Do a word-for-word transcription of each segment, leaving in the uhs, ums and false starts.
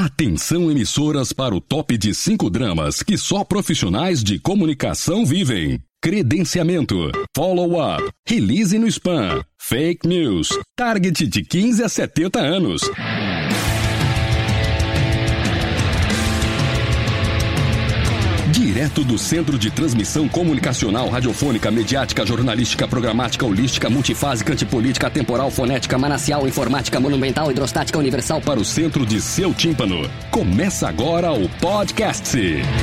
Atenção, emissoras, para o top de cinco dramas que só profissionais de comunicação vivem. Credenciamento, follow-up, release no spam, fake news, target de quinze a setenta anos. Direto do Centro de Transmissão Comunicacional, Radiofônica, Mediática, Jornalística, Programática, Holística, Multifásica, Antipolítica, Temporal, Fonética, Manacial, Informática, Monumental, Hidrostática, Universal, para o centro de seu tímpano. Começa agora o podcast.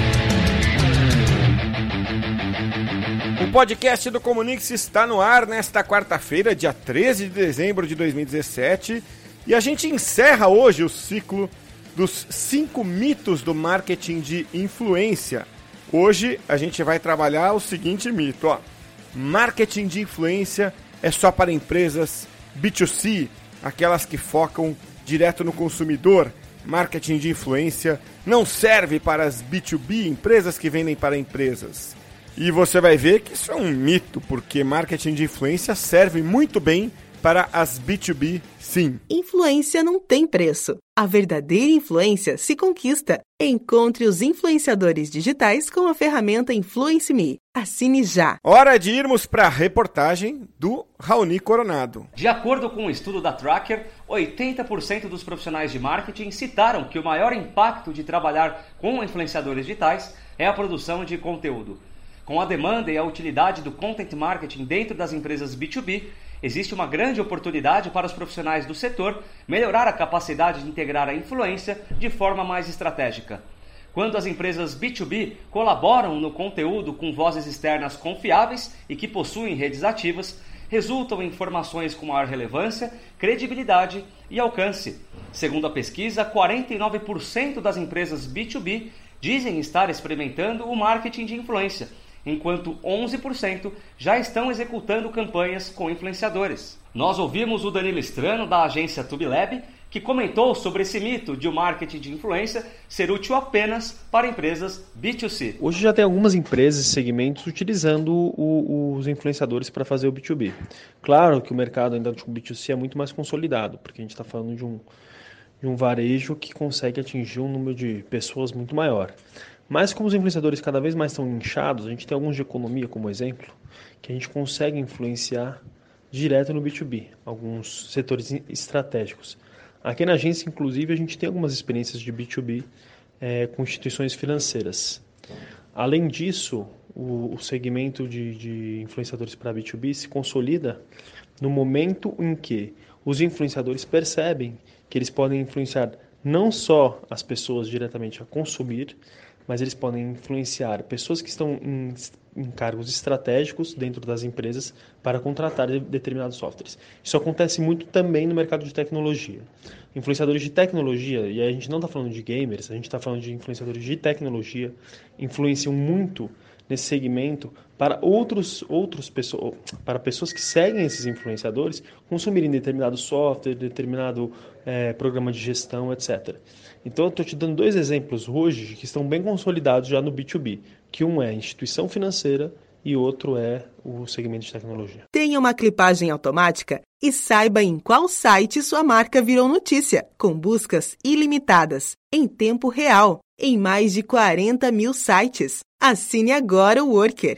O podcast do Comunix está no ar nesta quarta-feira, dia treze de dezembro de dois mil e dezessete, e a gente encerra hoje o ciclo dos cinco mitos do marketing de influência. Hoje a gente vai trabalhar o seguinte mito, ó. Marketing de influência é só para empresas B dois C, aquelas que focam direto no consumidor. Marketing de influência não serve para as B dois B, empresas que vendem para empresas. E você vai ver que isso é um mito, porque marketing de influência serve muito bem para as B dois B, sim. Influência não tem preço. A verdadeira influência se conquista. Encontre os influenciadores digitais com a ferramenta InfluenceMe. Assine já. Hora de irmos para a reportagem do Raoni Coronado. De acordo com um estudo da Tracker, oitenta por cento dos profissionais de marketing citaram que o maior impacto de trabalhar com influenciadores digitais é a produção de conteúdo. Com a demanda e a utilidade do content marketing dentro das empresas B dois B, existe uma grande oportunidade para os profissionais do setor melhorar a capacidade de integrar a influência de forma mais estratégica. Quando as empresas B dois B colaboram no conteúdo com vozes externas confiáveis e que possuem redes ativas, resultam em informações com maior relevância, credibilidade e alcance. Segundo a pesquisa, quarenta e nove por cento das empresas B dois B dizem estar experimentando o marketing de influência, enquanto onze por cento já estão executando campanhas com influenciadores. Nós ouvimos o Danilo Strano, da agência TubeLab, que comentou sobre esse mito de o marketing de influência ser útil apenas para empresas B dois C. Hoje já tem algumas empresas e segmentos utilizando o, os influenciadores para fazer o B dois B. Claro que o mercado ainda de B dois C é muito mais consolidado, porque a gente está falando de um, de um varejo que consegue atingir um número de pessoas muito maior. Mas como os influenciadores cada vez mais estão inchados, a gente tem alguns de economia como exemplo, que a gente consegue influenciar direto no B dois B, alguns setores estratégicos. Aqui na agência, inclusive, a gente tem algumas experiências de B dois B é, com instituições financeiras. Além disso, o, o segmento de, de influenciadores para B dois B se consolida no momento em que os influenciadores percebem que eles podem influenciar não só as pessoas diretamente a consumir, mas eles podem influenciar pessoas que estão em, em cargos estratégicos dentro das empresas para contratar de, determinados softwares. Isso acontece muito também no mercado de tecnologia. Influenciadores de tecnologia, e a gente não está falando de gamers, a gente está falando de influenciadores de tecnologia, influenciam muito nesse segmento para outros, outros pessoas, para pessoas que seguem esses influenciadores consumirem determinado software, determinado é, programa de gestão, etcétera. Então eu estou te dando dois exemplos hoje que estão bem consolidados já no B dois B, que um é a instituição financeira e outro é o segmento de tecnologia. Tenha uma clipagem automática e saiba em qual site sua marca virou notícia, com buscas ilimitadas, em tempo real, em mais de quarenta mil sites. Assine agora o Worker.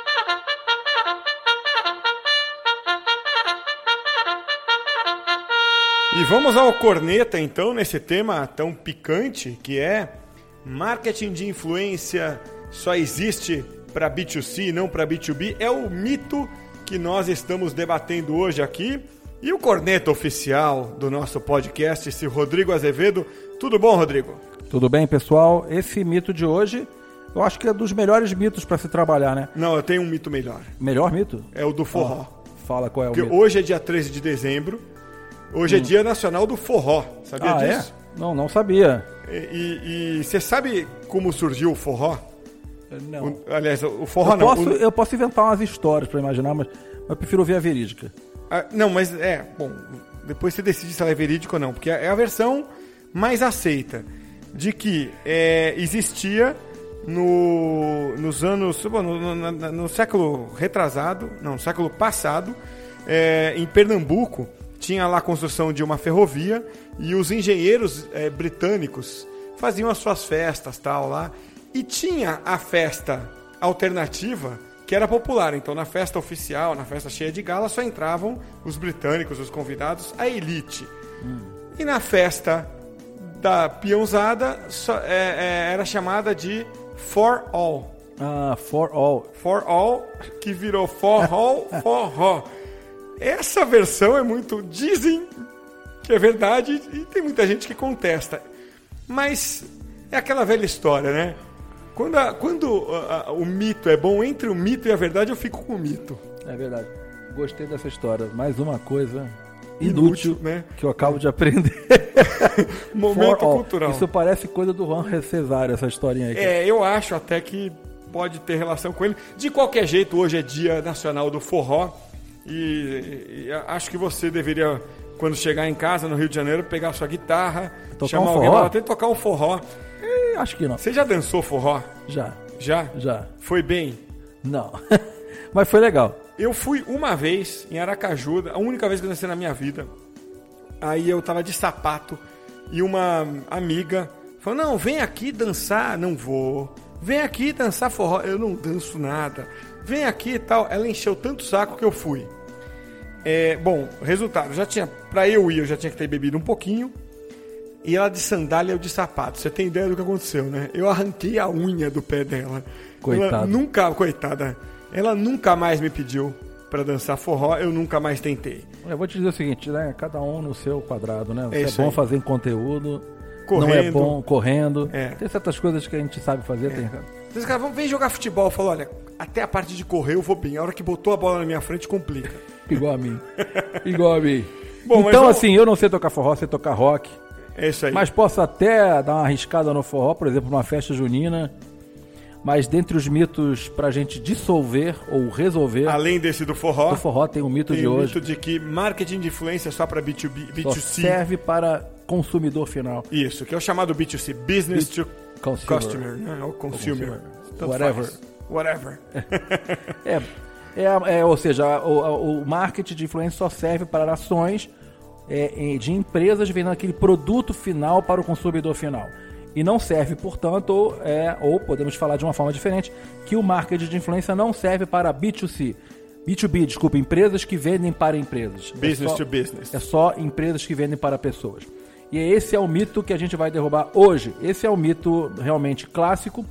E vamos ao corneta, então, nesse tema tão picante, que é marketing de influência só existe para B dois C e não para B dois B. É o mito que nós estamos debatendo hoje aqui. E o corneta oficial do nosso podcast, esse Rodrigo Azevedo. Tudo bom, Rodrigo? Tudo bem, pessoal? Esse mito de hoje, eu acho que é dos melhores mitos para se trabalhar, né? Não, eu tenho um mito melhor. Melhor mito? É o do forró. Ah, fala qual é o Porque mito. Hoje é dia treze de dezembro. Hoje hum. é dia nacional do forró. Sabia ah, disso? É? Não, não sabia. E você sabe como surgiu o forró? Não. O, aliás, o forró eu não. Posso, o... Eu posso inventar umas histórias para imaginar, mas eu prefiro ouvir a verídica. Ah, não, mas é... Bom, depois você decide se ela é verídica ou não. Porque é a versão mais aceita. De que é, existia no, nos anos... No, no, no, no século retrasado... Não, no século passado... É, em Pernambuco... Tinha lá a construção de uma ferrovia e os engenheiros é, britânicos faziam as suas festas tal lá. E tinha a festa alternativa, que era popular. Então, na festa oficial, na festa cheia de gala, só entravam os britânicos, os convidados, a elite. Hum. E na festa da peãozada, só, é, é, era chamada de For All. Ah, For All. For All, que virou For All, Forró. Essa versão é muito... Dizem que é verdade e tem muita gente que contesta. Mas é aquela velha história, né? Quando, a, quando a, a, o mito é bom, entre o mito e a verdade, eu fico com o mito. É verdade. Gostei dessa história. Mais uma coisa inútil, inútil né? que eu acabo de aprender. Momento cultural. Isso parece coisa do Juan Cesário, essa historinha aí. É, eu acho até que pode ter relação com ele. De qualquer jeito, hoje é Dia Nacional do Forró. E, e acho que você deveria, quando chegar em casa, no Rio de Janeiro, pegar a sua guitarra, tocar chamar um alguém forró? pra até tocar um forró. É, acho que não. Você já dançou forró? Já. Já? Já. Foi bem? Não. Mas foi legal. Eu fui uma vez em Aracaju, a única vez que eu dancei na minha vida. Aí eu tava de sapato e uma amiga falou, não, vem aqui dançar. Não vou. Vem aqui dançar forró. Eu não danço nada. Vem aqui e tal. Ela encheu tanto o saco que eu fui. É, bom, resultado, já tinha, pra eu ir, eu já tinha que ter bebido um pouquinho. E ela de sandália e eu de sapato. Você tem ideia do que aconteceu, né? Eu arranquei a unha do pé dela. Coitada. Ela nunca, coitada, ela nunca mais me pediu pra dançar forró, eu nunca mais tentei. Eu vou te dizer o seguinte, né? Cada um no seu quadrado, né? É, é bom aí. fazer conteúdo, Correndo. não é bom correndo. É. Tem certas coisas que a gente sabe fazer. É. Tem... Os caras vão vem jogar futebol. Eu falo, olha, até a parte de correr eu vou bem. A hora que botou a bola na minha frente, complica. Igual a mim. Igual a mim. Bom, então, mas assim, eu não sei tocar forró, sei tocar rock. É isso aí. Mas posso até dar uma arriscada no forró, por exemplo, numa festa junina. Mas dentre os mitos pra gente dissolver ou resolver... Além desse do forró... Do forró tem um mito tem de o hoje. mito de que marketing de influência é só pra B dois B, B dois C. Só serve para consumidor final. Isso, que é o chamado B dois C. Business to Consumer. Customer. Né? Ou consumer. consumer. Tanto Whatever. faz. Whatever. É, é, é, ou seja, o, o marketing de influência só serve para ações é, de empresas vendendo aquele produto final para o consumidor final. E não serve, portanto, é, ou podemos falar de uma forma diferente, que o marketing de influência não serve para B dois C. B dois B, desculpa, empresas que vendem para empresas. Business é só, to business. É só empresas que vendem para pessoas. E esse é o mito que a gente vai derrubar hoje. Esse é o mito realmente clássico.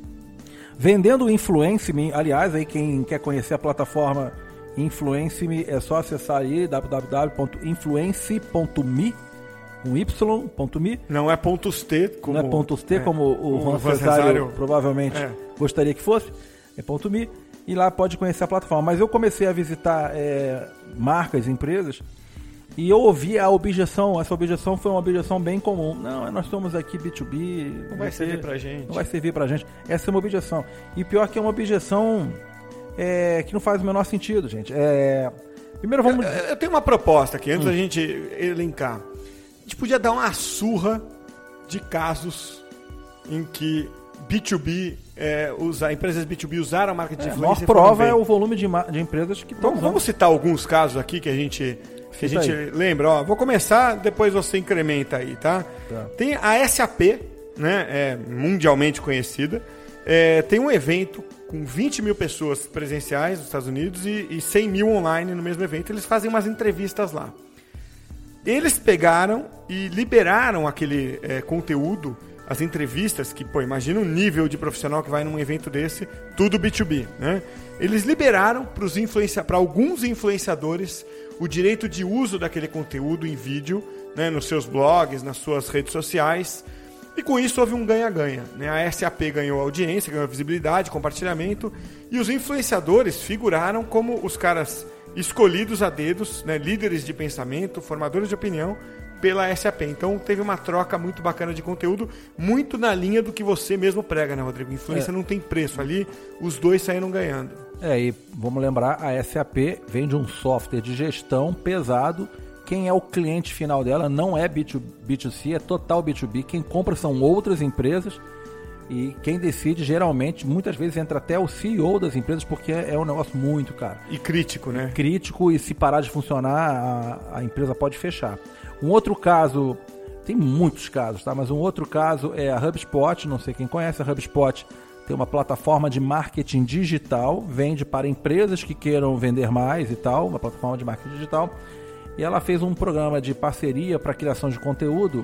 Vendendo o Influence-me, aliás, aí quem quer conhecer a plataforma Influence-me, é só acessar aí w w w ponto influence ponto me, com y ponto me. Não é pontos T, como... Não é pontos T, é, como o Juan Juan Cesário, Cesário provavelmente é. gostaria que fosse. É ponto me. E lá pode conhecer a plataforma. Mas eu comecei a visitar é, marcas, empresas, e eu ouvi a objeção. Essa objeção foi uma objeção bem comum. Não, nós estamos aqui B dois B. Não vai servir pra gente. Não vai servir pra gente. Essa é uma objeção. E pior que é uma objeção é, que não faz o menor sentido, gente. É, primeiro vamos... Eu, eu tenho uma proposta aqui, antes hum. da gente elencar. A gente podia dar uma surra de casos em que B dois B, é, usa, empresas B dois B usaram a marketing de É, a influência. maior prova é o volume de, de empresas que estão Vamos, vamos citar alguns casos aqui que a gente, que a gente lembra. Ó, vou começar, depois você incrementa aí, tá? Tá. Tem a S A P, né, é mundialmente conhecida. É, tem um evento com vinte mil pessoas presenciais nos Estados Unidos e, e cem mil online no mesmo evento. Eles fazem umas entrevistas lá. Eles pegaram e liberaram aquele é, conteúdo, as entrevistas, que, pô, imagina o nível de profissional que vai num evento desse, tudo B dois B, né? Eles liberaram para influencia- alguns influenciadores o direito de uso daquele conteúdo em vídeo, né, nos seus blogs, nas suas redes sociais, e com isso houve um ganha-ganha, né? A S A P ganhou audiência, ganhou visibilidade, compartilhamento, e os influenciadores figuraram como os caras escolhidos a dedos, né, líderes de pensamento, formadores de opinião, pela S A P. Então teve uma troca muito bacana de conteúdo, muito na linha do que você mesmo prega, né, Rodrigo? Influência é. não tem preço ali, os dois saíram ganhando. É, e vamos lembrar, a S A P vem de um software de gestão pesado. Quem é o cliente final dela não é B dois C, é total B dois B. Quem compra são outras empresas e quem decide, geralmente, muitas vezes entra até o C E O das empresas, porque é um negócio muito caro. E crítico, né? Crítico, e se parar de funcionar, a, a empresa pode fechar. Um outro caso tem muitos casos, tá? Mas um outro caso é a HubSpot, não sei quem conhece, a HubSpot tem uma plataforma de marketing digital, vende para empresas que queiram vender mais e tal, uma plataforma de marketing digital, e ela fez um programa de parceria para criação de conteúdo,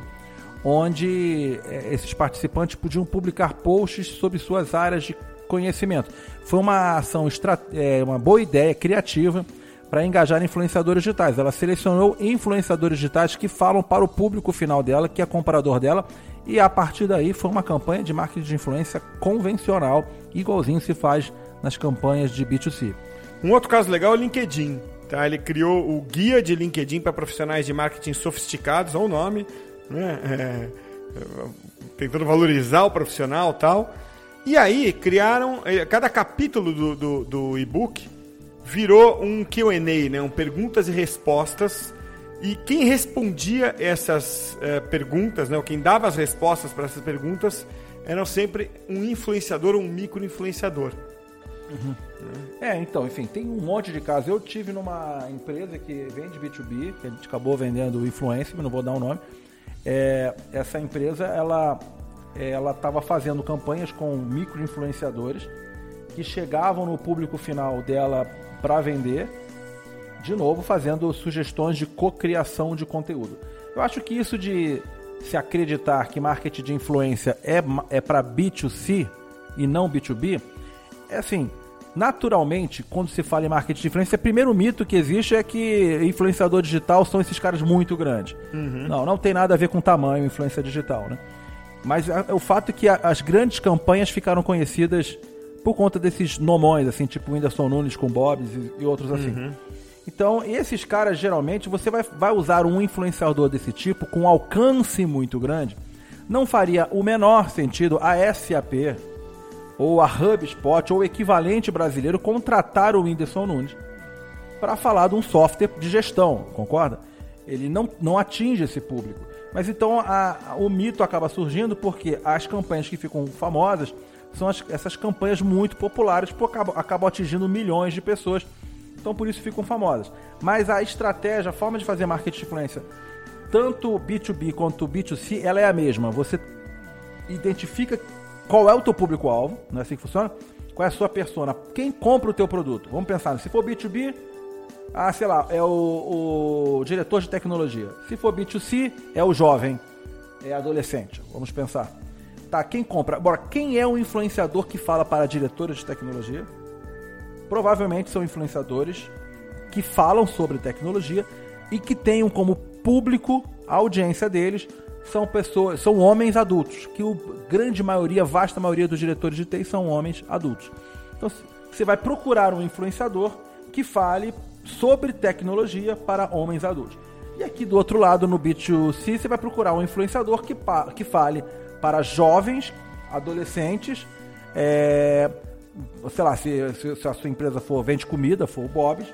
onde esses participantes podiam publicar posts sobre suas áreas de conhecimento. Foi uma ação, é, uma boa ideia, criativa, para engajar influenciadores digitais. Ela selecionou influenciadores digitais que falam para o público final dela, que é comprador dela, e a partir daí foi uma campanha de marketing de influência convencional, igualzinho se faz nas campanhas de B dois C. Um outro caso legal é o LinkedIn. Tá? Ele criou o Guia de LinkedIn para profissionais de marketing sofisticados, olha o nome, né? é, tentando valorizar o profissional e tal. E aí criaram, cada capítulo do, do, do e-book virou um Q and A, né? um perguntas e respostas, e quem respondia essas eh, perguntas, né? quem dava as respostas para essas perguntas, eram sempre um influenciador ou um micro-influenciador. Uhum. É, então, enfim, tem um monte de casos. Eu tive numa empresa que vende B dois B, que a gente acabou vendendo influência, mas não vou dar o nome. É, essa empresa, ela ela estava fazendo campanhas com micro-influenciadores que chegavam no público final dela para vender, de novo fazendo sugestões de cocriação de conteúdo. Eu acho que isso de se acreditar que marketing de influência é, é para B dois C e não B dois B, é assim, naturalmente, quando se fala em marketing de influência, o primeiro mito que existe é que influenciador digital são esses caras muito grandes. Uhum. Não, não tem nada a ver com tamanho, influência digital, né? Mas a, o fato é que a, as grandes campanhas ficaram conhecidas por conta desses nomões, assim, tipo Whindersson Nunes com Bob's e, e outros assim. Uhum. Então, esses caras, geralmente, você vai, vai usar um influenciador desse tipo com um alcance muito grande. Não faria o menor sentido a S A P ou a HubSpot ou o equivalente brasileiro contratar o Whindersson Nunes para falar de um software de gestão, concorda? Ele não, não atinge esse público. Mas então a, a, o mito acaba surgindo porque as campanhas que ficam famosas são as, essas campanhas muito populares, porque acabam, acabam atingindo milhões de pessoas, então por isso ficam famosas. Mas a estratégia, a forma de fazer marketing de influência, tanto B dois B quanto B dois C, ela é a mesma. Você identifica qual é o teu público-alvo, não é assim que funciona? Qual é a sua persona? Quem compra o teu produto? Vamos pensar, se for B dois B, ah, sei lá, é o, o diretor de tecnologia. Se for B dois C, é o jovem, é adolescente. Vamos pensar. Tá, quem compra? Agora, quem é o influenciador que fala para diretores de tecnologia? Provavelmente são influenciadores que falam sobre tecnologia e que tenham como público, a audiência deles, são pessoas, são homens adultos, que a grande maioria, a vasta maioria dos diretores de T I são homens adultos. Então, você vai procurar um influenciador que fale sobre tecnologia para homens adultos. E aqui do outro lado, no B dois C, você vai procurar um influenciador que, que fale para jovens, adolescentes, é, sei lá, se, se a sua empresa for vende comida, for o Bob's,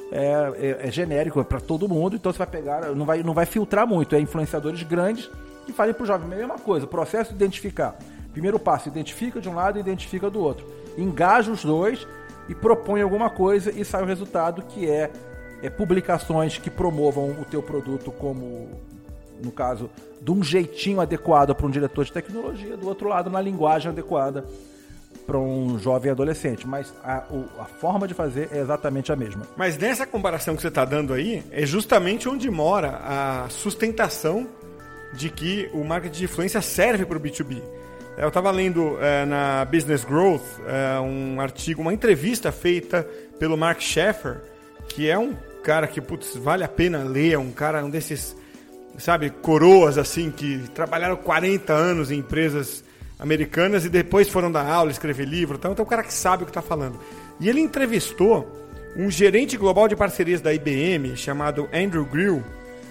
é, é, é genérico, é para todo mundo, então você vai pegar, não vai, não vai filtrar muito, é influenciadores grandes que falem para o jovem. A mesma coisa, o processo de identificar. Primeiro passo, identifica de um lado e identifica do outro. Engaja os dois e propõe alguma coisa e sai o resultado, que é, é publicações que promovam o teu produto como, no caso, de um jeitinho adequado para um diretor de tecnologia, do outro lado, na linguagem adequada para um jovem adolescente. Mas a, a forma de fazer é exatamente a mesma. Mas nessa comparação que você está dando aí, é justamente onde mora a sustentação de que o marketing de influência serve para o B dois B. Eu estava lendo é, na Business Growth é, um artigo, uma entrevista feita pelo Mark Schaefer, que é um cara que, putz, vale a pena ler, é um cara, um desses, sabe, coroas assim, que trabalharam quarenta anos em empresas americanas e depois foram dar aula, escrever livro, então é um cara que sabe o que está falando. E ele entrevistou um gerente global de parcerias da I B M, chamado Andrew Grill,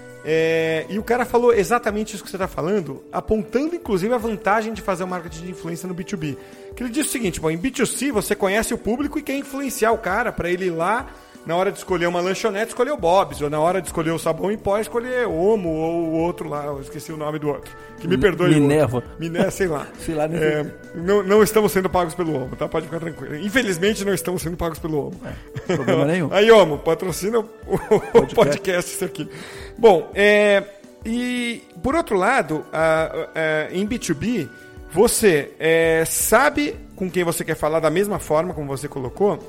É, e o cara falou exatamente isso que você está falando, apontando inclusive a vantagem de fazer o marketing de influência no B dois B. Que ele disse o seguinte: bom, em B dois C você conhece o público e quer influenciar o cara para ele ir lá, na hora de escolher uma lanchonete, escolher o Bob's, ou na hora de escolher o sabão em pó, escolher o Omo ou o outro lá, eu esqueci o nome do outro. Que me perdoe. Minerva. Minerva, sei lá. sei lá é, não, não estamos sendo pagos pelo Omo, tá? Pode ficar tranquilo. Infelizmente não estamos sendo pagos pelo Omo. É, problema nenhum. Aí, Omo, patrocina o, o podcast isso aqui. Bom, é, e, por outro lado, a, a, em B dois B, você é, sabe com quem você quer falar da mesma forma como você colocou,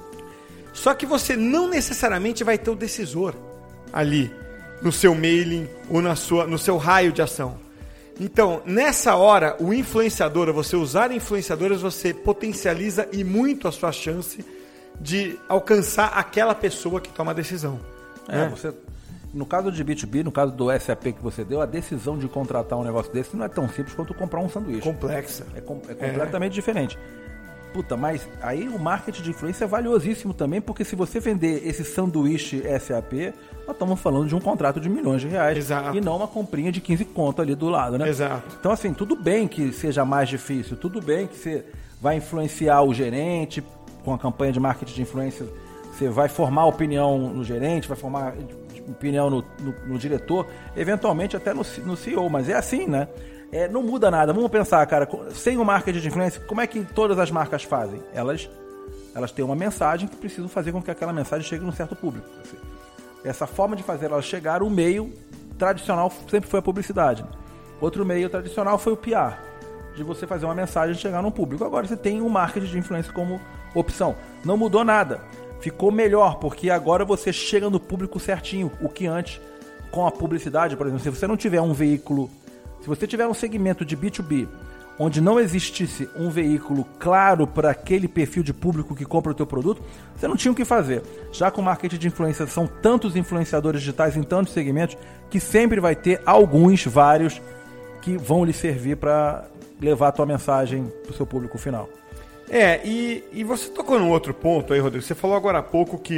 só que você não necessariamente vai ter o decisor ali no seu mailing ou na sua, no seu raio de ação. Então, nessa hora, o influenciador, você usar influenciadores, você potencializa e muito a sua chance de alcançar aquela pessoa que toma a decisão. É, né? Você, no caso de B dois B, no caso do S A P que você deu, a decisão de contratar um negócio desse não é tão simples quanto comprar um sanduíche. Complexa. É, com, é completamente é. diferente. Puta, mas aí o marketing de influência é valiosíssimo também, porque se você vender esse sanduíche S A P, nós estamos falando de um contrato de milhões de reais. Exato. E não uma comprinha de quinze conto ali do lado, né? Exato. Então, assim, tudo bem que seja mais difícil, tudo bem que você vai influenciar o gerente com a campanha de marketing de influência, você vai formar opinião no gerente, vai formar opinião no, no, no diretor, eventualmente até no, no C E O, mas é assim, né? É, não muda nada. Vamos pensar, cara, sem o marketing de influência, como é que todas as marcas fazem? Elas, elas têm uma mensagem que precisam fazer com que aquela mensagem chegue num certo público. Essa forma de fazer ela chegar, o meio tradicional sempre foi a publicidade. Outro meio tradicional foi o P R, de você fazer uma mensagem chegar num público. Agora você tem o marketing de influência como opção. Não mudou nada. Ficou melhor, porque agora você chega no público certinho, o que antes, com a publicidade, por exemplo, se você não tiver um veículo... Se você tiver um segmento de B dois B onde não existisse um veículo claro para aquele perfil de público que compra o teu produto, você não tinha o que fazer. Já com o marketing de influência são tantos influenciadores digitais em tantos segmentos que sempre vai ter alguns, vários, que vão lhe servir para levar a tua mensagem para o seu público final. É, e, e você tocou num outro ponto aí, Rodrigo. Você falou agora há pouco que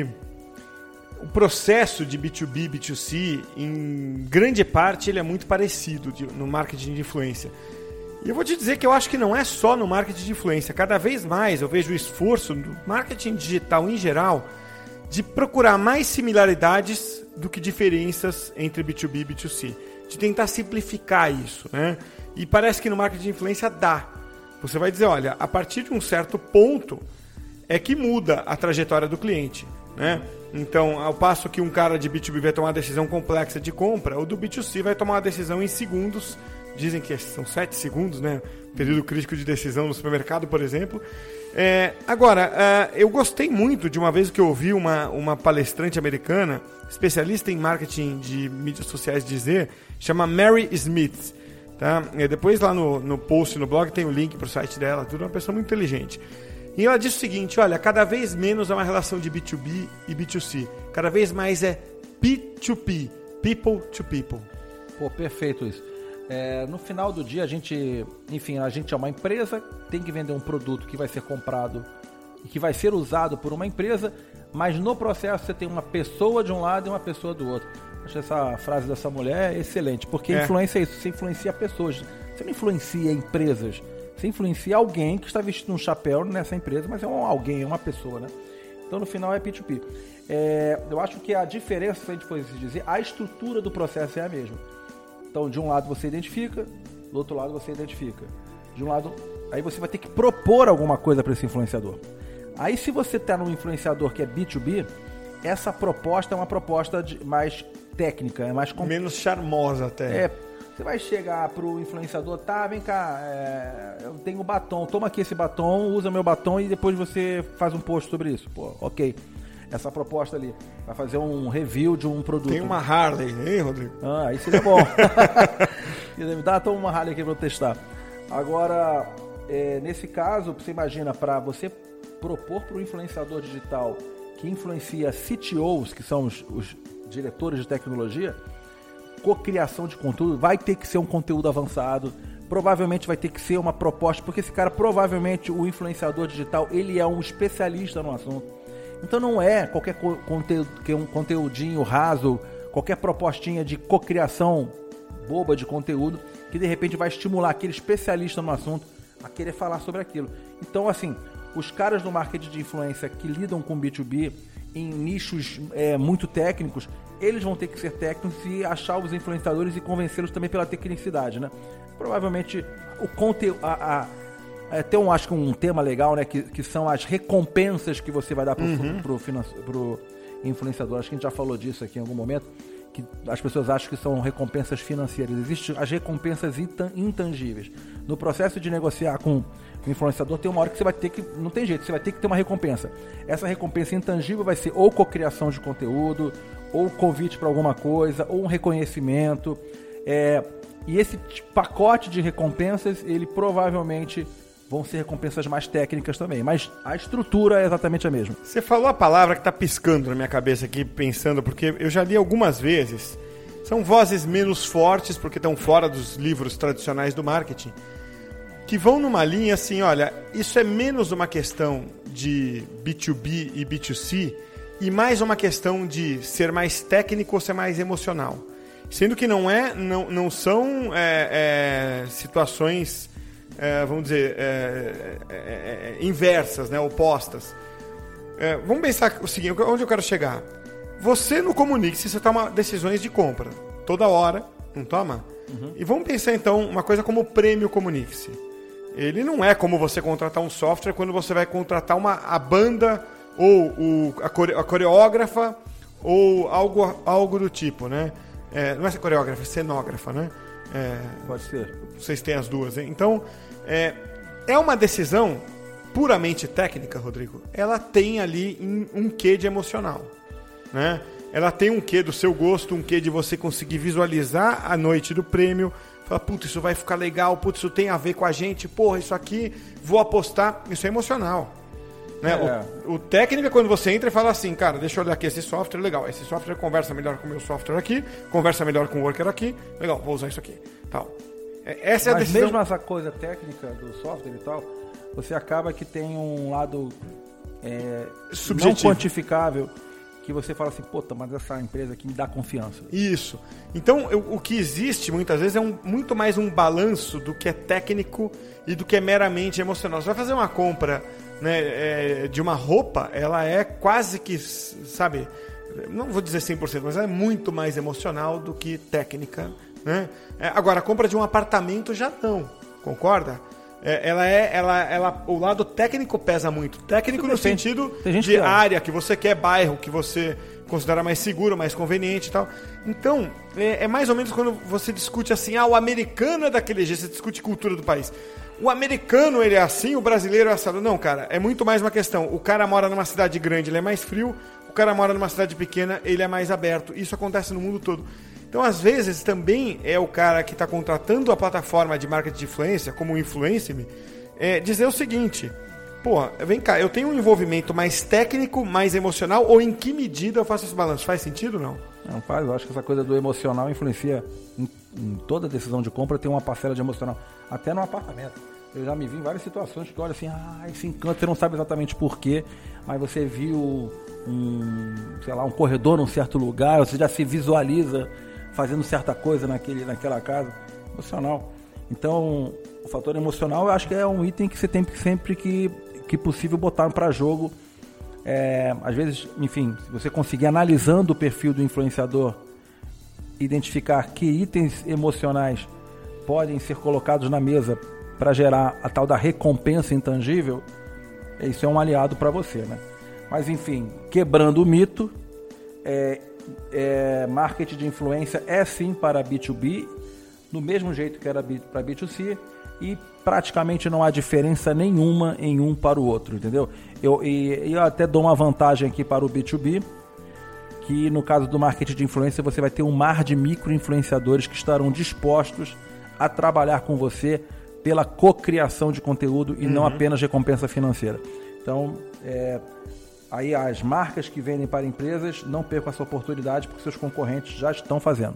o processo de B dois B, B dois C, em grande parte, ele é muito parecido de, no marketing de influência. E eu vou te dizer que eu acho que não é só no marketing de influência. Cada vez mais eu vejo o esforço do marketing digital em geral de procurar mais similaridades do que diferenças entre B dois B e B dois C. De tentar simplificar isso, né? E parece que no marketing de influência dá. Você vai dizer, olha, a partir de um certo ponto é que muda a trajetória do cliente, né? Então, ao passo que um cara de B dois B vai tomar uma decisão complexa de compra, o do B dois C vai tomar uma decisão em segundos. Dizem que são sete segundos, né? Período crítico de decisão no supermercado, por exemplo. É, agora, uh, eu gostei muito de uma vez que eu ouvi uma, uma palestrante americana, especialista em marketing de mídias sociais, dizer, chama Mary Smith. Tá? E depois lá no, no post, no blog, tem o link para o site dela, tudo, é uma pessoa muito inteligente. E ela diz o seguinte, olha, cada vez menos é uma relação de B dois B e B dois C. Cada vez mais é P dois P, people to people. Pô, perfeito isso. É, no final do dia, a gente, enfim, a gente é uma empresa, tem que vender um produto que vai ser comprado e que vai ser usado por uma empresa, mas no processo você tem uma pessoa de um lado e uma pessoa do outro. Acho essa frase dessa mulher é excelente, porque é. influência é isso, você influencia pessoas, você não influencia empresas. Você influencia alguém que está vestindo um chapéu nessa empresa, mas é um alguém, é uma pessoa, né? Então, no final, é P dois P. É, eu acho que a diferença, se a gente fosse dizer, a estrutura do processo é a mesma. Então, de um lado você identifica, do outro lado você identifica. De um lado, aí você vai ter que propor alguma coisa para esse influenciador. Aí, se você está num influenciador que é B dois B, essa proposta é uma proposta de, mais técnica, é mais... Comp... Menos charmosa até. É. Você vai chegar pro influenciador, tá, vem cá, é, eu tenho batom, toma aqui esse batom, usa meu batom e depois você faz um post sobre isso. Pô, ok. Essa proposta ali, vai fazer um review de um produto. Tem uma Harley, hein, Rodrigo? Ah, aí seria bom. Dá, toma uma Harley aqui pra eu testar. Agora, é, nesse caso, você imagina, para você propor pro influenciador digital que influencia C T Os, que são os, os diretores de tecnologia, cocriação de conteúdo, vai ter que ser um conteúdo avançado, provavelmente vai ter que ser uma proposta, porque esse cara, provavelmente, o influenciador digital, ele é um especialista no assunto. Então não é qualquer conteúdo, que é um conteúdinho raso, qualquer propostinha de cocriação boba de conteúdo, que de repente vai estimular aquele especialista no assunto a querer falar sobre aquilo. Então, assim, os caras do marketing de influência que lidam com B dois B em nichos é, muito técnicos, eles vão ter que ser técnicos e achar os influenciadores e convencê-los também pela tecnicidade, né? Provavelmente o conteúdo, a, a, tem um, acho que um tema legal, né, que, que são as recompensas que você vai dar pro, uhum. pro, pro, pro influenciador. Acho que a gente já falou disso aqui em algum momento, que as pessoas acham que são recompensas financeiras. Existem as recompensas intangíveis. No processo de negociar com o influenciador, tem uma hora que você vai ter que... Não tem jeito, você vai ter que ter uma recompensa. Essa recompensa intangível vai ser ou cocriação de conteúdo, ou convite para alguma coisa, ou um reconhecimento. É, e esse pacote de recompensas, ele provavelmente... vão ser recompensas mais técnicas também, mas a estrutura é exatamente a mesma. Você falou a palavra que está piscando na minha cabeça aqui, pensando, porque eu já li algumas vezes, são vozes menos fortes, porque estão fora dos livros tradicionais do marketing, que vão numa linha assim, olha, isso é menos uma questão de B dois B e B dois C, e mais uma questão de ser mais técnico ou ser mais emocional. Sendo que não, é, não, não são é, é, situações... É, vamos dizer, é, é, é, inversas, né, opostas. É, vamos pensar o seguinte, onde eu quero chegar? Você no Comunique-se, você toma decisões de compra, toda hora, não toma? Uhum. E vamos pensar então uma coisa como o prêmio Comunique-se. Ele não é como você contratar um software quando você vai contratar uma, a banda ou o, a, core, a coreógrafa ou algo, algo do tipo, né? É, não é coreógrafa, é cenógrafa, né? É, Pode ser. Vocês têm as duas, hein? Então, é, é uma decisão puramente técnica, Rodrigo. Ela tem ali um quê de emocional, né? Ela tem um quê do seu gosto, um quê de você conseguir visualizar a noite do prêmio, falar, putz, isso vai ficar legal, putz, isso tem a ver com a gente, porra, isso aqui, vou apostar. Isso é emocional, né? É. O, o técnico é quando você entra e fala assim, cara, deixa eu olhar aqui esse software, legal, esse software conversa melhor com o meu software aqui, conversa melhor com o worker aqui, legal, vou usar isso aqui, tal. Essa é a Mas decisão... mesmo essa coisa técnica do software e tal, você acaba que tem um lado é, não quantificável, que você fala assim, puta, mas essa empresa aqui me dá confiança. Isso. Então, eu, o que existe muitas vezes é um, muito mais um balanço do que é técnico e do que é meramente emocional. Você vai fazer uma compra, né, é, de uma roupa, ela é quase que, sabe, não vou dizer cem por cento, mas ela é muito mais emocional do que técnica, né? É, agora, a compra de um apartamento já não, concorda? É, ela é, ela, ela, o lado técnico pesa muito. Técnico no sentido de que área que você quer, bairro que você considera mais seguro, mais conveniente e tal. Então, é, é mais ou menos quando você discute assim, ah, o americano é daquele jeito, você discute cultura do país. O americano, ele é assim, o brasileiro é assado. Não, cara, é muito mais uma questão. O cara mora numa cidade grande, ele é mais frio. O cara mora numa cidade pequena, ele é mais aberto. Isso acontece no mundo todo. Então, às vezes, também é o cara que está contratando a plataforma de marketing de influência, como o Influence-me, é, dizer o seguinte, pô, vem cá, eu tenho um envolvimento mais técnico, mais emocional, ou em que medida eu faço esse balanço? Faz sentido ou não? Não faz, eu acho que essa coisa do emocional influencia em, em toda decisão de compra, tem uma parcela de emocional, até no apartamento. Eu já me vi em várias situações que olha assim, ah, esse encanto, você não sabe exatamente porquê, mas você viu um, sei lá, um corredor num certo lugar, você já se visualiza fazendo certa coisa naquele, naquela casa, emocional. Então, o fator emocional eu acho que é um item que você tem que sempre que, que possível botar para jogo. É, às vezes, enfim, se você conseguir analisando o perfil do influenciador, identificar que itens emocionais podem ser colocados na mesa para gerar a tal da recompensa intangível, isso é um aliado para você, né? Mas, enfim, quebrando o mito, é, É, marketing de influência é sim para B dois B, do mesmo jeito que era para B dois C, e praticamente não há diferença nenhuma em um para o outro, entendeu? Eu, e, eu até dou uma vantagem aqui para o B dois B, que no caso do marketing de influência você vai ter um mar de micro-influenciadores que estarão dispostos a trabalhar com você pela cocriação de conteúdo e uhum. não apenas recompensa financeira. Então, é... aí as marcas que vendem para empresas não percam essa oportunidade porque seus concorrentes já estão fazendo.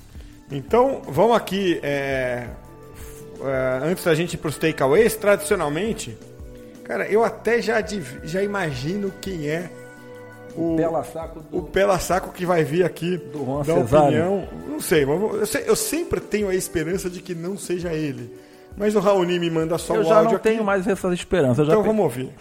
Então, vamos aqui, é, é, antes da gente ir para os takeaways, tradicionalmente, cara, eu até já, já imagino quem é o, o pela-saco do, o pela-saco que vai vir aqui do Juan da Cesário. Opinião. Não sei, mas eu, eu sempre tenho a esperança de que não seja ele. Mas o Raoni me manda só eu o áudio Eu já não aqui. tenho mais essa esperança. Eu já então pe... vamos ouvir.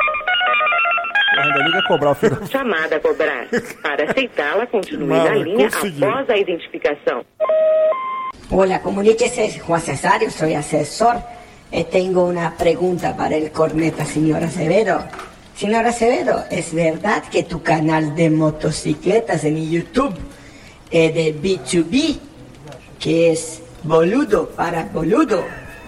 Ainda liga a cobrar o filho. Chamada a cobrar. Para aceitá-la, continue Mano, na linha conseguiu. Após a identificação. Hola, comuníquese, Juan Cesario, soy asesor. Eh, tengo una pregunta para el corneta, señor Acevedo. Señor Acevedo, ¿es verdad que tu canal de motocicletas en YouTube é de B dois B, que é boludo para boludo.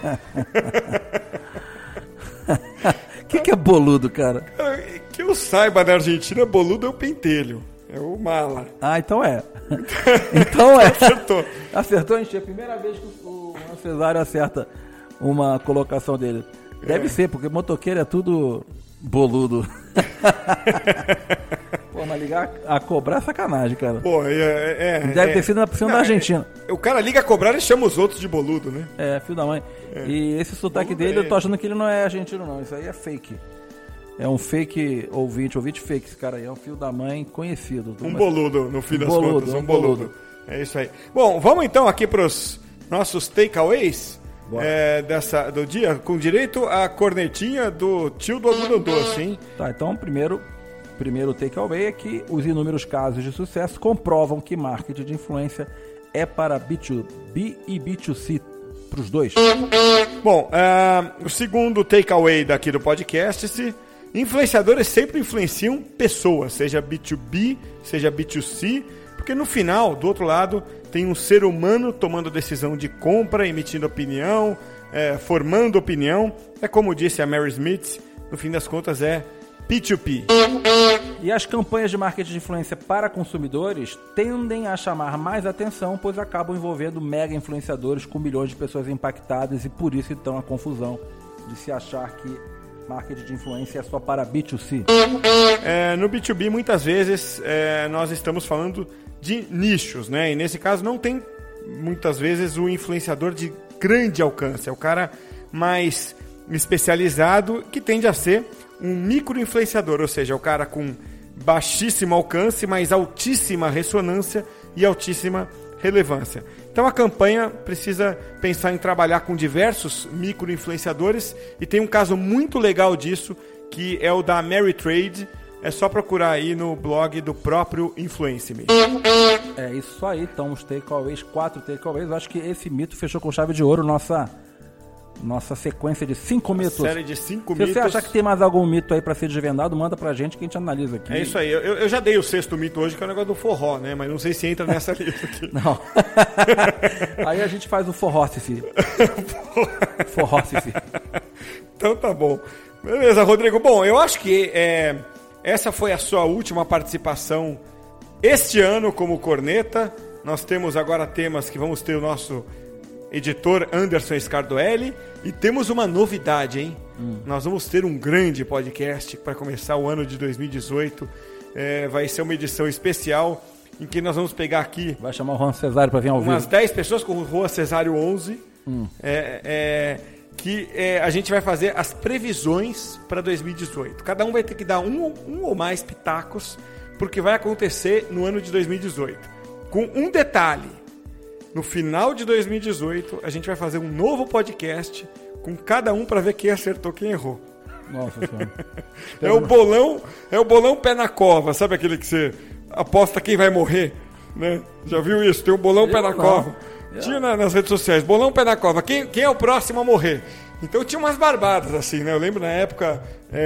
O que, que é boludo, cara? Que eu saiba, na Argentina, boludo é o pentelho. É o mala. Ah, então é. Então é. Acertou. Acertou, gente. É a primeira vez que o Juan Cesário acerta uma colocação dele. Deve é. ser, porque motoqueiro é tudo boludo. Pô, mas ligar a cobrar é sacanagem, cara. Pô, é... é Deve é, ter sido na piscina da Argentina. É, o cara liga a cobrar e chama os outros de boludo, né? É, filho da mãe. É. E esse sotaque boludo dele, é. eu tô achando que ele não é argentino, não. Isso aí é fake. É um fake ouvinte, ouvinte fake, esse cara aí. É um filho da mãe conhecido. Um boludo, no fim das boludo, contas. Um, um boludo. boludo. É isso aí. Bom, vamos então aqui pros nossos takeaways é, dessa, do dia, com direito à cornetinha do tio do algodão doce, hein? Tá, então primeiro, primeiro takeaway é que os inúmeros casos de sucesso comprovam que marketing de influência é para B dois B e B dois C, para os dois. Bom, uh, o segundo takeaway daqui do podcast, se influenciadores sempre influenciam pessoas, seja B dois B, seja B dois C, porque no final, do outro lado, tem um ser humano tomando decisão de compra, emitindo opinião, é, formando opinião. É como disse a Mary Smith, no fim das contas é P dois P. E as campanhas de marketing de influência para consumidores tendem a chamar mais atenção, pois acabam envolvendo mega influenciadores com milhões de pessoas impactadas e por isso então a confusão de se achar que marketing de influência é só para B dois C. É, no B dois B, muitas vezes, é, nós estamos falando de nichos, né? E nesse caso não tem, muitas vezes, o influenciador de grande alcance. É o cara mais especializado, que tende a ser um micro-influenciador, ou seja, é o cara com baixíssimo alcance, mas altíssima ressonância e altíssima relevância. Então a campanha precisa pensar em trabalhar com diversos micro-influenciadores e tem um caso muito legal disso, que é o da Ameritrade. É só procurar aí no blog do próprio Influence Me. É isso aí, então os takeaways, quatro takeaways. Eu acho que esse mito fechou com chave de ouro nossa, nossa sequência de cinco Uma mitos. série de cinco Se mitos. você achar que tem mais algum mito aí pra ser desvendado, manda pra gente que a gente analisa aqui. É isso aí, eu, eu já dei o sexto mito hoje, que é o negócio do forró, né? Mas não sei se entra nessa lista aqui. Não. Aí a gente faz o forrócife. Forrócife. Então tá bom. Beleza, Rodrigo. Bom, eu acho que é, essa foi a sua última participação este ano como corneta. Nós temos agora temas que vamos ter o nosso editor Anderson Scardoelli. E temos uma novidade, hein? Hum. Nós vamos ter um grande podcast para começar o ano de dois mil e dezoito. É, vai ser uma edição especial em que nós vamos pegar aqui... Vai chamar o Juan Cesário para vir ao vivo. Umas dez pessoas com o Juan Cesário onze. Hum. É, é, que é, a gente vai fazer as previsões para dois mil e dezoito. Cada um vai ter que dar um, um ou mais pitacos, porque vai acontecer no ano de dois mil e dezoito. Com um detalhe: no final de dois mil e dezoito, a gente vai fazer um novo podcast com cada um para ver quem acertou, quem errou. Nossa Senhora. É o bolão, é o bolão pé na cova, sabe aquele que você aposta quem vai morrer, né? Já viu isso? Tem o bolão Eu pé na não. cova. Eu... Tinha na, nas redes sociais, bolão pé na cova. Quem, quem é o próximo a morrer? Então tinha umas barbadas assim, né? Eu lembro na época,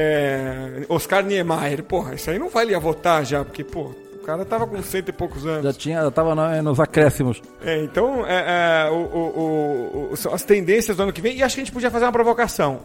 é, Oscar Niemeyer. Porra, isso aí não valia votar já, porque, pô, o cara tava com cento e poucos anos. Já tinha, já tava na, nos acréscimos. É, então, é, é, o, o, o, são as tendências do ano que vem. E acho que a gente podia fazer uma provocação.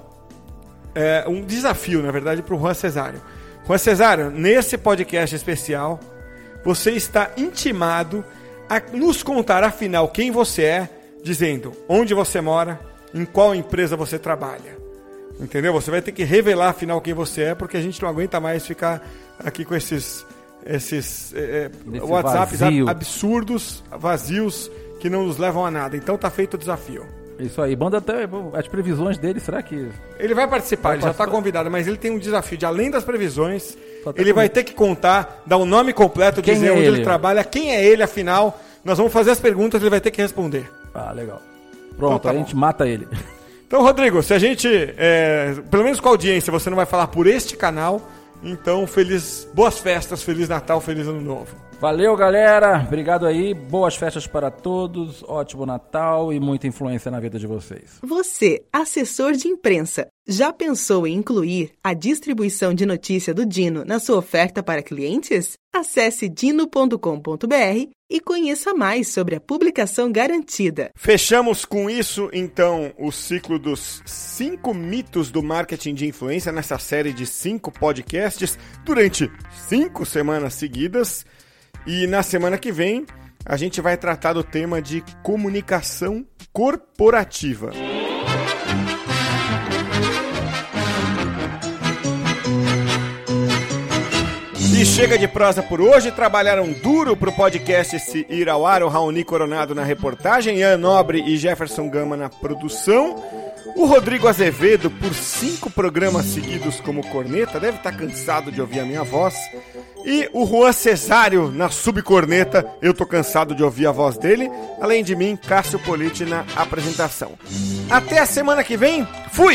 É, um desafio, na verdade, para o Juan Cesário. Juan Cesário, nesse podcast especial, você está intimado a nos contar, afinal, quem você é, dizendo onde você mora, em qual empresa você trabalha. Entendeu? Você vai ter que revelar, afinal, quem você é, porque a gente não aguenta mais ficar aqui com esses, esses é, WhatsApps vazio. absurdos, vazios, que não nos levam a nada. Então tá feito o desafio. Isso aí, manda até as previsões dele, será que... Ele vai participar, vai ele já está participar. convidado, mas ele tem um desafio de, além das previsões, Só tá ele com- vai ter que contar, dar o nome completo, Quem dizer é onde ele? ele? trabalha, quem é ele, afinal. Nós vamos fazer as perguntas, ele vai ter que responder. Ah, legal. Pronto, Então tá a gente mata ele. Então, Rodrigo, se a gente, é, pelo menos com a audiência, você não vai falar por este canal, então, feliz, boas festas, Feliz Natal, Feliz Ano Novo. Valeu, galera. Obrigado aí. Boas festas para todos. Ótimo Natal e muita influência na vida de vocês. Você, assessor de imprensa, já pensou em incluir a distribuição de notícia do Dino na sua oferta para clientes? Acesse dino ponto com ponto b r e conheça mais sobre a publicação garantida. Fechamos com isso, então, o ciclo dos cinco mitos do marketing de influência nessa série de cinco podcasts durante cinco semanas seguidas. E na semana que vem, a gente vai tratar do tema de comunicação corporativa. E chega de prosa por hoje. Trabalharam duro pro podcast se ir ao ar. O Raoni Coronado na reportagem, Ian Nobre e Jefferson Gama na produção. O Rodrigo Azevedo, por cinco programas seguidos como corneta, deve estar cansado de ouvir a minha voz. E o Juan Cesário na subcorneta, eu tô cansado de ouvir a voz dele. Além de mim, Cássio Politi na apresentação. Até a semana que vem. Fui!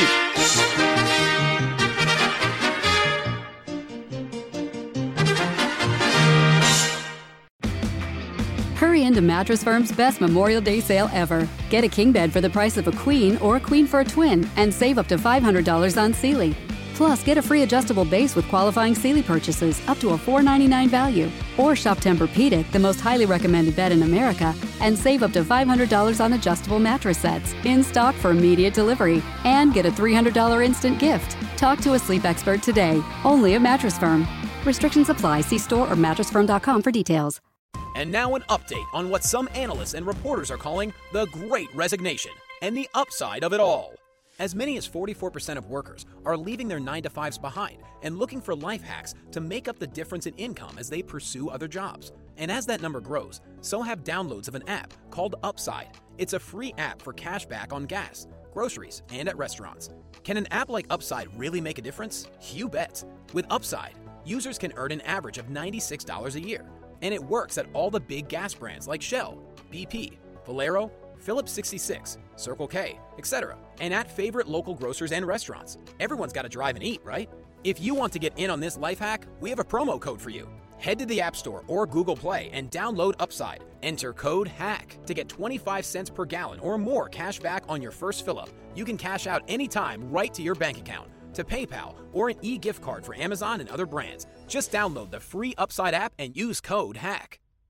Hurry into Mattress Firm's best Memorial Day sale ever. Get a king bed for the price of a queen or a queen for a twin and save up to five hundred dollars on Sealy. Plus, get a free adjustable base with qualifying Sealy purchases up to a four ninety-nine value. Or shop Tempur-Pedic, the most highly recommended bed in America, and save up to five hundred dollars on adjustable mattress sets in stock for immediate delivery. And get a three hundred dollars instant gift. Talk to a sleep expert today, only at Mattress Firm. Restrictions apply. See store or mattress firm dot com for details. And now an update on what some analysts and reporters are calling the Great Resignation and the upside of it all. As many as forty-four percent of workers are leaving their nine to fives behind and looking for life hacks to make up the difference in income as they pursue other jobs. And as that number grows, so have downloads of an app called Upside. It's a free app for cash back on gas, groceries, and at restaurants. Can an app like Upside really make a difference? You bet. With Upside, users can earn an average of ninety-six dollars a year. And it works at all the big gas brands like Shell, B P, Valero, Phillips sixty-six, Circle K, et cetera. And at favorite local grocers and restaurants. Everyone's got to drive and eat, right? If you want to get in on this life hack, we have a promo code for you. Head to the App Store or Google Play and download Upside. Enter code HACK to get twenty-five cents per gallon or more cash back on your first fill-up. You can cash out anytime right to your bank account, to PayPal, or an e-gift card for Amazon and other brands. Just download the free Upside app and use code HACK.